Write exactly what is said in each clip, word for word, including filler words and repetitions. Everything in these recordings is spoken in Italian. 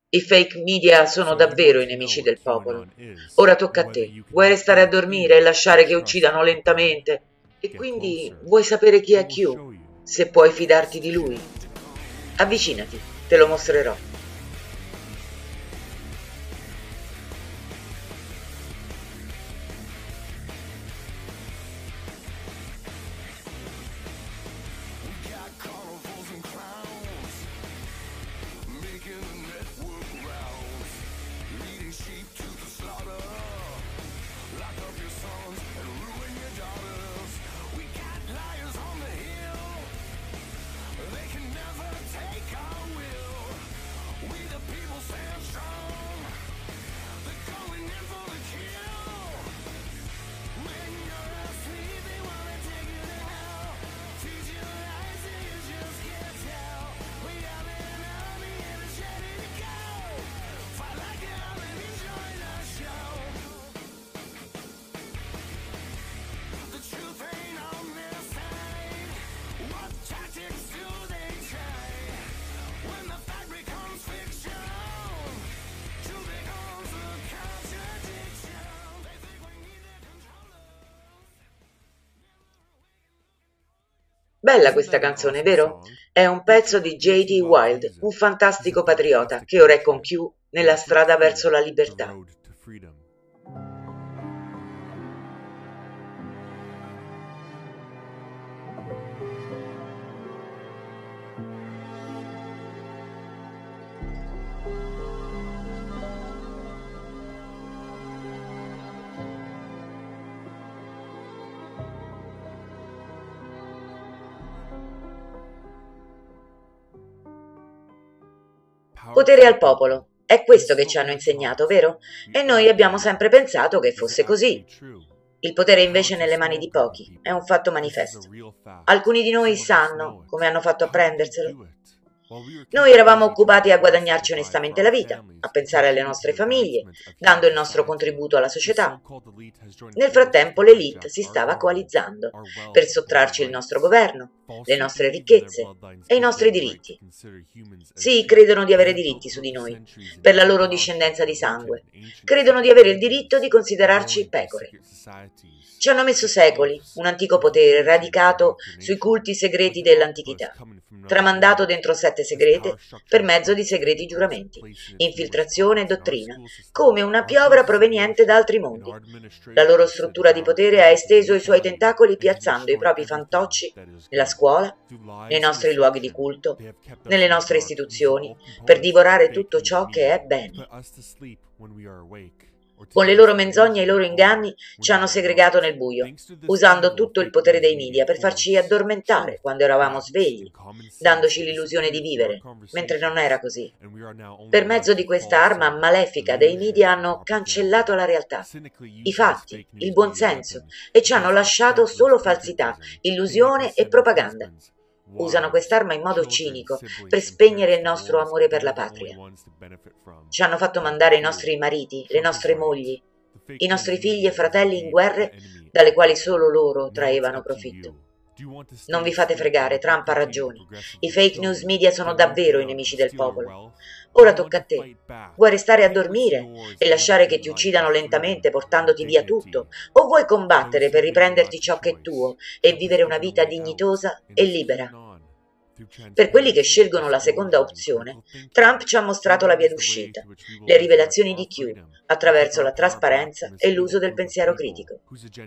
I fake media sono davvero i nemici del popolo. Ora tocca a te. Vuoi restare a dormire e lasciare che uccidano lentamente? E quindi vuoi sapere chi è Q? Se puoi fidarti di lui? Avvicinati, te lo mostrerò. Bella questa canzone, vero? È un pezzo di J D Wild, un fantastico patriota che ora è con Q nella strada verso la libertà. Potere al popolo. È questo che ci hanno insegnato, vero? E noi abbiamo sempre pensato che fosse così. Il potere invece è nelle mani di pochi, è un fatto manifesto. Alcuni di noi sanno come hanno fatto a prenderselo. Noi eravamo occupati a guadagnarci onestamente la vita, a pensare alle nostre famiglie, dando il nostro contributo alla società. Nel frattempo l'élite si stava coalizzando per sottrarci il nostro governo, le nostre ricchezze e i nostri diritti. Sì, credono di avere diritti su di noi, per la loro discendenza di sangue. Credono di avere il diritto di considerarci pecore. Ci hanno messo secoli, un antico potere radicato sui culti segreti dell'antichità, tramandato dentro sette segrete per mezzo di segreti giuramenti, infiltrazione e dottrina, come una piovra proveniente da altri mondi. La loro struttura di potere ha esteso i suoi tentacoli piazzando i propri fantocci nella scuola, nei nostri luoghi di culto, nelle nostre istituzioni, per divorare tutto ciò che è bene. Con le loro menzogne e i loro inganni ci hanno segregato nel buio, usando tutto il potere dei media per farci addormentare quando eravamo svegli, dandoci l'illusione di vivere, mentre non era così. Per mezzo di questa arma malefica dei media hanno cancellato la realtà, i fatti, il buonsenso e ci hanno lasciato solo falsità, illusione e propaganda. Usano quest'arma in modo cinico per spegnere il nostro amore per la patria. Ci hanno fatto mandare i nostri mariti, le nostre mogli, i nostri figli e fratelli in guerre dalle quali solo loro traevano profitto. Non vi fate fregare, Trump ha ragione. I fake news media sono davvero i nemici del popolo. Ora tocca a te. Vuoi restare a dormire e lasciare che ti uccidano lentamente portandoti via tutto? O vuoi combattere per riprenderti ciò che è tuo e vivere una vita dignitosa e libera? Per quelli che scelgono la seconda opzione, Trump ci ha mostrato la via d'uscita, le rivelazioni di Q, attraverso la trasparenza e l'uso del pensiero critico.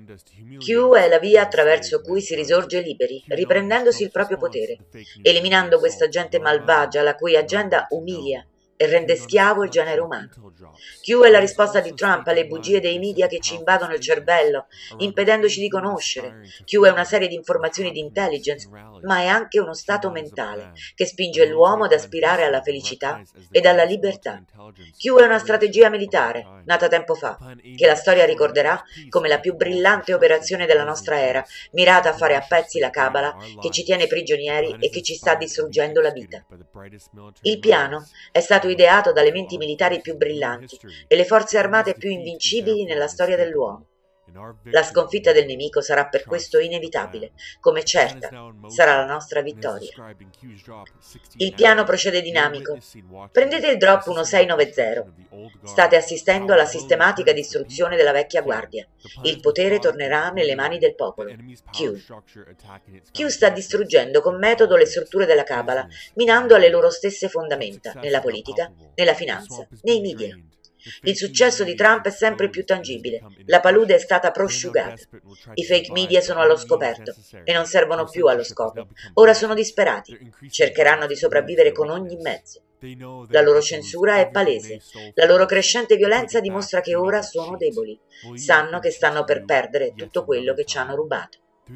Q è la via attraverso cui si risorge liberi, riprendendosi il proprio potere, eliminando questa gente malvagia la cui agenda umilia e rende schiavo il genere umano. Q è la risposta di Trump alle bugie dei media che ci invadono il cervello, impedendoci di conoscere. Q è una serie di informazioni di intelligence, ma è anche uno stato mentale che spinge l'uomo ad aspirare alla felicità ed alla libertà. Q è una strategia militare, nata tempo fa, che la storia ricorderà come la più brillante operazione della nostra era, mirata a fare a pezzi la cabala che ci tiene prigionieri e che ci sta distruggendo la vita. Il piano è stato ideato dalle menti militari più brillanti e le forze armate più invincibili nella storia dell'uomo. La sconfitta del nemico sarà per questo inevitabile, come certa sarà la nostra vittoria. Il piano procede dinamico. Prendete il drop milleseicentovannovanta. State assistendo alla sistematica distruzione della vecchia guardia. Il potere tornerà nelle mani del popolo. Q. Q sta distruggendo con metodo le strutture della Cabala, minando alle loro stesse fondamenta, nella politica, nella finanza, nei media. Il successo di Trump è sempre più tangibile, la palude è stata prosciugata. I fake media sono allo scoperto e non servono più allo scopo. Ora sono disperati, cercheranno di sopravvivere con ogni mezzo. La loro censura è palese, la loro crescente violenza dimostra che ora sono deboli, sanno che stanno per perdere tutto quello che ci hanno rubato.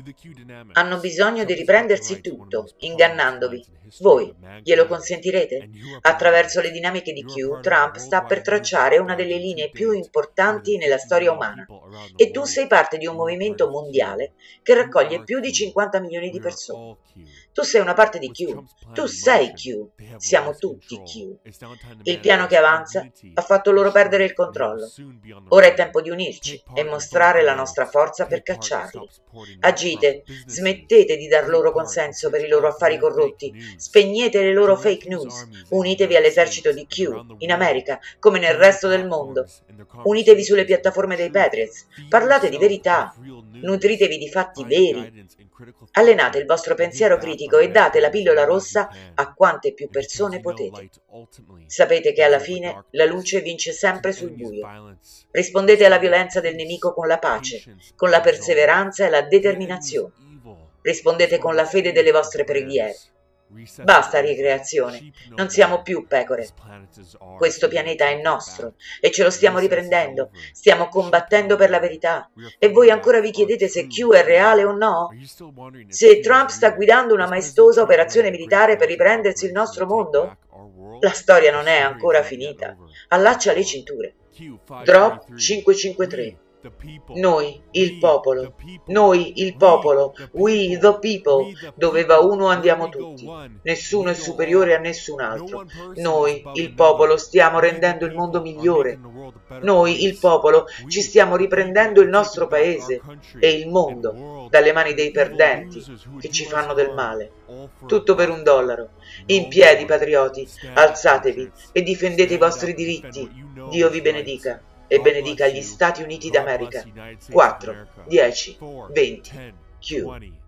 Hanno bisogno di riprendersi tutto, ingannandovi. Voi glielo consentirete? Attraverso le dinamiche di Q, Trump sta per tracciare una delle linee più importanti nella storia umana. E tu sei parte di un movimento mondiale che raccoglie più di cinquanta milioni di persone. Tu sei una parte di Q. Tu sei Q. Siamo tutti Q. Il piano che avanza ha fatto loro perdere il controllo. Ora è tempo di unirci e mostrare la nostra forza per cacciarli. Agite, smettete di dar loro consenso per i loro affari corrotti, spegnete le loro fake news, unitevi all'esercito di Q, in America, come nel resto del mondo. Unitevi sulle piattaforme dei Patriots, parlate di verità, nutritevi di fatti veri. Allenate il vostro pensiero critico e date la pillola rossa a quante più persone potete. Sapete che alla fine la luce vince sempre sul buio. Rispondete alla violenza del nemico con la pace, con la perseveranza e la determinazione. Rispondete con la fede delle vostre preghiere. Basta ricreazione, non siamo più pecore. Questo pianeta è nostro e ce lo stiamo riprendendo, stiamo combattendo per la verità. E voi ancora vi chiedete se Q è reale o no? Se Trump sta guidando una maestosa operazione militare per riprendersi il nostro mondo? La storia non è ancora finita. Allaccia le cinture. Drop cinquecentocinquantatré. Noi, il popolo, noi, il popolo, we, the people, dove va uno andiamo tutti, nessuno è superiore a nessun altro, noi, il popolo, stiamo rendendo il mondo migliore, noi, il popolo, ci stiamo riprendendo il nostro paese e il mondo dalle mani dei perdenti che ci fanno del male, tutto per un dollaro. In piedi, patrioti, alzatevi e difendete i vostri diritti, Dio vi benedica. E benedica gli Stati Uniti d'America. quattro, dieci, venti, Q.